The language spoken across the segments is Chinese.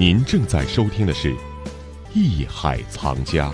您正在收听的是《艺海藏家》。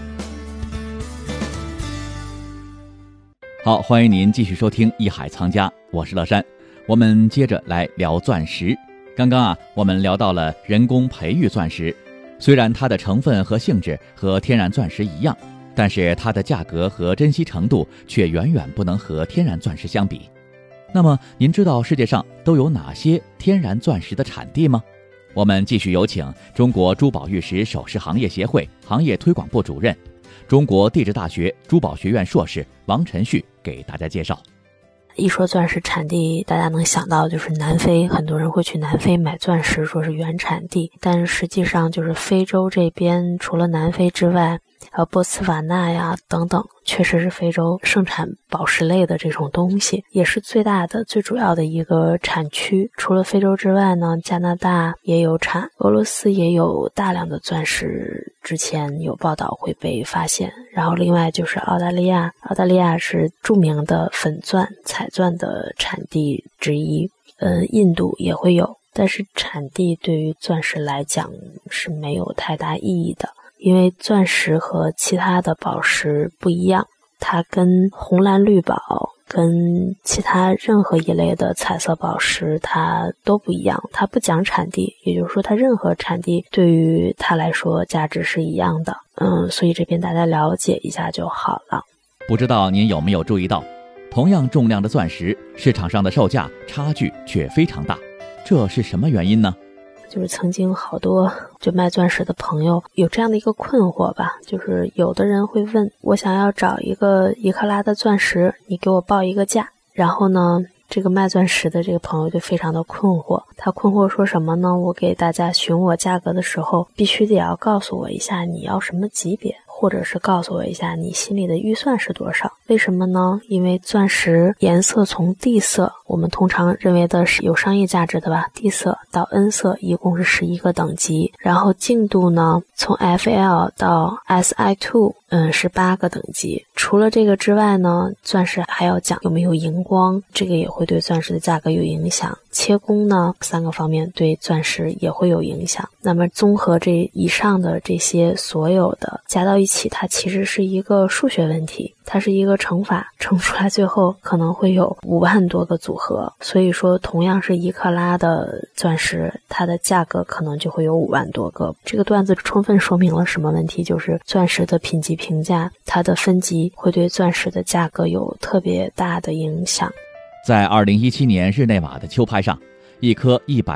好，欢迎您继续收听《艺海藏家》，我是乐山。我们接着来聊钻石。刚刚我们聊到了人工培育钻石，虽然它的成分和性质和天然钻石一样，但是它的价格和珍惜程度却远远不能和天然钻石相比。那么您知道世界上都有哪些天然钻石的产地吗？我们继续有请中国珠宝玉石首饰行业协会行业推广部主任、中国地质大学珠宝学院硕士王晨旭给大家介绍。 一说钻石产地，大家能想到就是南非，很多人会去南非买钻石，说是原产地，但实际上就是非洲这边除了南非之外，还有波茨瓦纳呀等等，确实是非洲盛产宝石类的这种东西，也是最大的最主要的一个产区。除了非洲之外呢，加拿大也有产，俄罗斯也有大量的钻石，之前有报道会被发现。然后另外就是澳大利亚是著名的粉钻彩钻的产地之一，印度也会有，但是产地对于钻石来讲是没有太大意义的。因为钻石和其他的宝石不一样，它跟红蓝绿宝跟其他任何一类的彩色宝石它都不一样，它不讲产地，也就是说它任何产地对于它来说价值是一样的。所以这边大家了解一下就好了。 不知道您有没有注意到，同样重量的钻石，市场上的售价差距却非常大，这是什么原因呢？ 就是曾经好多就卖钻石的朋友有这样的一个困惑吧，就是有的人会问，我想要找一个1克拉的钻石，你给我报一个价。然后呢，这个卖钻石的这个朋友就非常的困惑，他困惑说什么呢？我给大家询我价格的时候，必须得要告诉我一下你要什么级别，或者是告诉我一下你心里的预算是多少。为什么呢？因为钻石颜色从 D 色，我们通常认为的是有商业价值的吧， D 色到 N 色一共是11个等级，然后净度呢从 FL 到 Si2 是8个等级。除了这个之外呢，钻石还要讲有没有荧光，这个也会对钻石的价格有影响。切工呢3个方面对钻石也会有影响。那么综合这以上的这些所有的加到一起，它其实是一个数学问题，它是一个乘法，乘出来最后可能会有5万多个组合。所以说同样是1克拉的钻石，它的价格可能就会有5万多个。这个段子充分说明了什么问题？就是钻石的品级评价，它的分级会对钻石的价格有特别大的影响。 在2017年日内瓦的秋拍上，一颗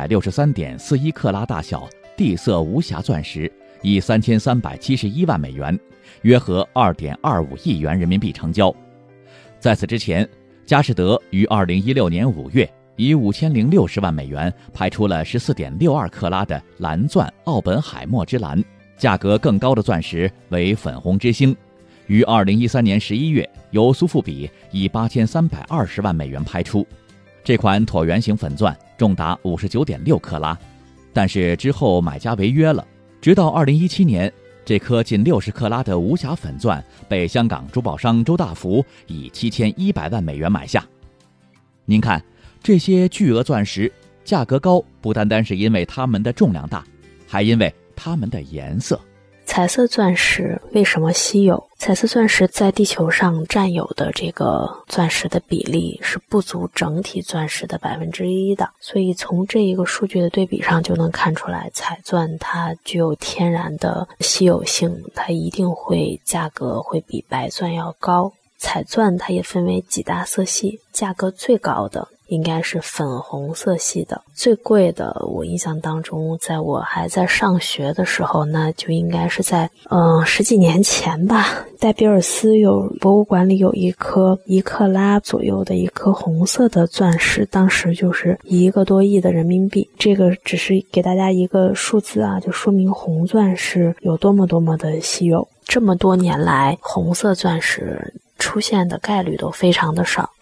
163.41 克拉大小地色无瑕钻石以3371万美元，约合 2.25 亿元人民币成交。在此之前，佳士得于2016年5月以5060万美元拍出了 14.62 克拉的蓝钻奥本海默之蓝，价格更高的钻石为粉红之星，于2013年11月由苏富比以8320万美元拍出。这款椭圆形粉钻重达 59.6 克拉，但是之后买家违约了，直到2017年，这颗近60克拉的无瑕粉钻被香港珠宝商周大福以7100万美元买下。您看，这些巨额钻石价格高，不单单是因为它们的重量大，还因为它们的颜色。 彩色钻石为什么稀有？彩色钻石在地球上占有的这个钻石的比例是不足整体钻石的1%的，所以从这一个数据的对比上就能看出来，彩钻它具有天然的稀有性，它一定会价格会比白钻要高。彩钻它也分为几大色系，价格最高的应该是粉红色系的，最贵的我印象当中，在我还在上学的时候，那就应该是在10几年前吧，戴比尔斯博物馆里有一颗1克拉左右的一颗红色的钻石，当时就是1个多亿的人民币。这个只是给大家一个数字啊，就说明红钻石有多么的稀有。这么多年来，红色钻石出现的概率都非常的少，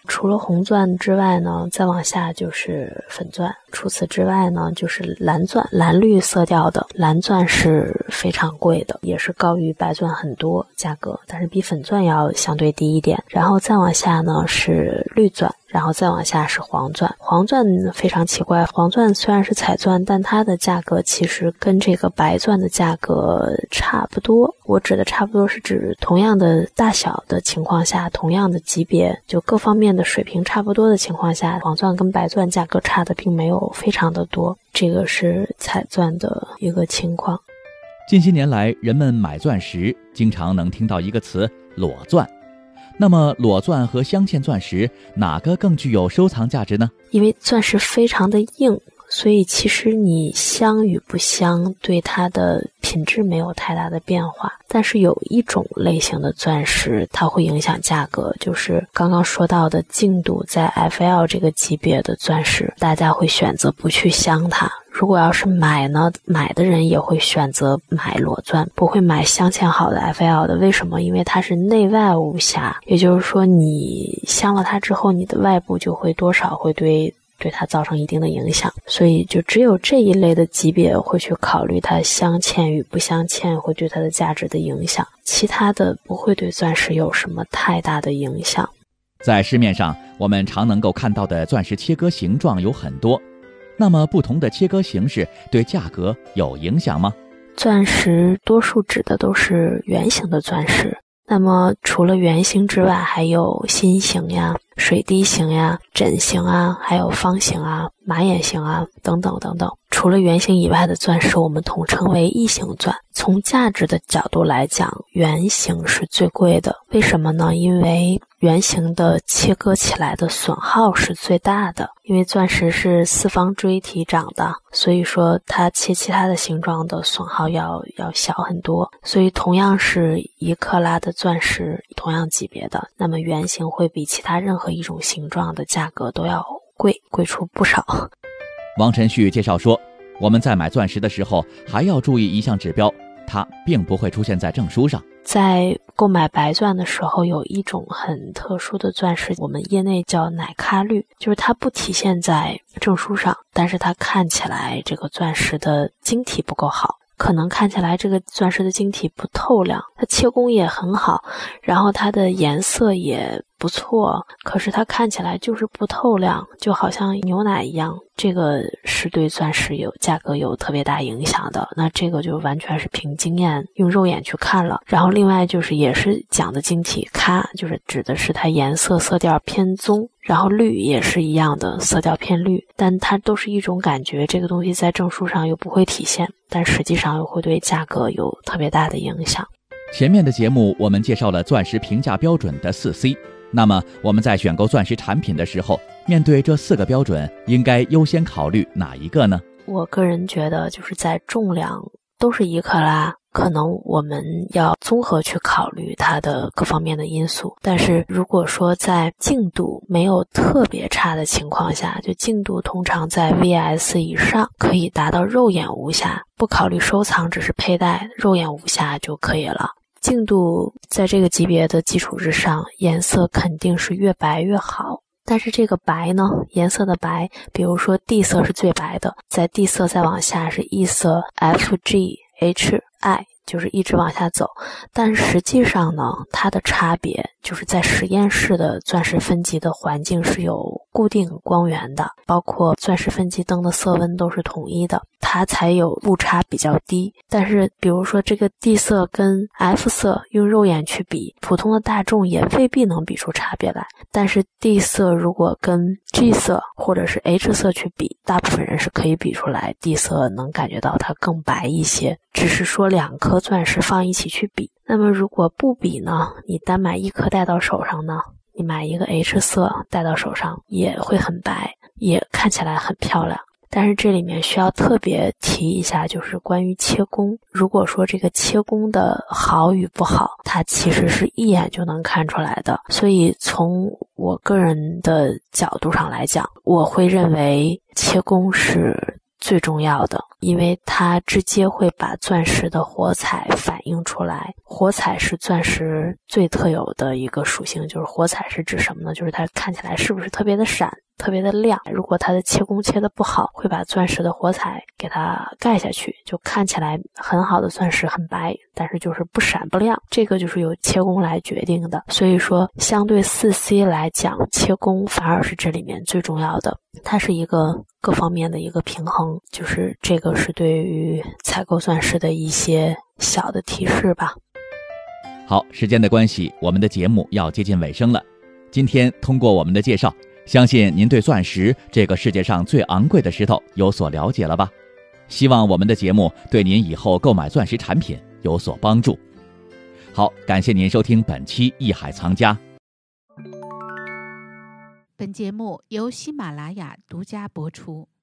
除了红钻之外呢，再往下就是粉钻。除此之外呢，就是蓝钻，蓝绿色调的蓝钻是非常贵的，也是高于白钻很多价格，但是比粉钻要相对低一点。然后再往下呢是绿钻，然后再往下是黄钻。黄钻非常奇怪，黄钻虽然是彩钻，但它的价格其实跟这个白钻的价格差不多。我指的差不多是指同样的大小的情况下，同样的级别，就各方面的水平差不多的情况下，黄钻跟白钻价格差的并没有非常的多。这个是彩钻的一个情况。 近些年来，人们买钻石经常能听到一个词裸钻。那么裸钻和镶嵌钻石哪个更具有收藏价值呢？ 因为钻石非常的硬，所以其实你镶与不镶对它的品质没有太大的变化。但是有一种类型的钻石它会影响价格，就是刚刚说到的净度在 FL 这个级别的钻石，大家会选择不去镶它。如果要是买呢，买的人也会选择买裸钻，不会买镶嵌好的 FL 的。为什么？因为它是内外无瑕，也就是说你镶了它之后，你的外部就会多少会对它造成一定的影响，所以就只有这一类的级别会去考虑它镶嵌与不镶嵌会对它的价值的影响，其他的不会对钻石有什么太大的影响。 在市面上，我们常能够看到的钻石切割形状有很多，那么不同的切割形式对价格有影响吗？ 钻石多数指的都是圆形的钻石，那么除了圆形之外，还有心形呀、水滴形呀、枕形啊，还有方形啊、马眼形啊等等等等。除了圆形以外的钻石，我们统称为异形钻。从价值的角度来讲，圆形是最贵的。为什么呢？因为圆形的切割起来的损耗是最大的，因为钻石是四方锥体长的，所以说它切其他的形状的损耗要小很多。所以同样是1克拉的钻石，同样级别的，那么圆形会比其他任何一种形状的价格都要贵出不少。 王晨旭介绍说，我们在买钻石的时候还要注意一项指标，它并不会出现在证书上。 在购买白钻的时候，有一种很特殊的钻石，我们业内叫奶咖绿，就是它不体现在证书上，但是它看起来这个钻石的晶体不够好，可能看起来这个钻石的晶体不透亮，它切工也很好，然后它的颜色也不错，可是它看起来就是不透亮，就好像牛奶一样，这个是对钻石价格有特别大影响的。那这个就完全是凭经验用肉眼去看了。然后另外就是也是讲的晶体咖，就是指的是它颜色色调偏棕，然后绿也是一样的，色调偏绿，但它都是一种感觉，这个东西在证书上又不会体现，但实际上又会对价格有特别大的影响。 前面的节目我们介绍了钻石评价标准的4C，那么我们在选购钻石产品的时候，面对这4个标准，应该优先考虑哪一个呢？ 我个人觉得就是在重量都是1克拉，可能我们要综合去考虑它的各方面的因素。但是如果说在净度没有特别差的情况下，就净度通常在 VS 以上，可以达到肉眼无瑕，不考虑收藏，只是佩戴，肉眼无瑕就可以了。净度在这个级别的基础之上，颜色肯定是越白越好。但是这个白呢，颜色的白，比如说地色是最白的，在地色再往下是异色 FGHI， 就是一直往下走。但实际上呢，它的差别就是在实验室的钻石分级的环境是有固定光源的，包括钻石分级灯的色温都是统一的，它才有误差比较低。但是比如说这个地色跟 F 色用肉眼去比，普通的大众也未必能比出差别来，但是地色如果跟 G 色或者是 H 色去比，大部分人是可以比出来地色能感觉到它更白一些，只是说2颗钻石放一起去比。那么如果不比呢，你单买1颗戴到手上呢，你买一个 H 色戴到手上也会很白，也看起来很漂亮。但是这里面需要特别提一下，就是关于切工。如果说这个切工的好与不好，它其实是一眼就能看出来的。所以从我个人的角度上来讲，我会认为切工是最重要的，因为它直接会把钻石的火彩反映出来。火彩是钻石最特有的一个属性，就是火彩是指什么呢？就是它看起来是不是特别的闪，特别的亮。如果它的切工切得不好，会把钻石的火彩给它盖下去，就看起来很好的钻石很白，但是就是不闪不亮，这个就是由切工来决定的。所以说相对 4C 来讲，切工反而是这里面最重要的，它是一个各方面的一个平衡，就是这个是对于采购钻石的一些小的提示吧。 好，时间的关系，我们的节目要接近尾声了。今天通过我们的介绍，相信您对钻石这个世界上最昂贵的石头有所了解了吧？希望我们的节目对您以后购买钻石产品有所帮助。好，感谢您收听本期艺海藏家。 本节目由喜马拉雅独家播出。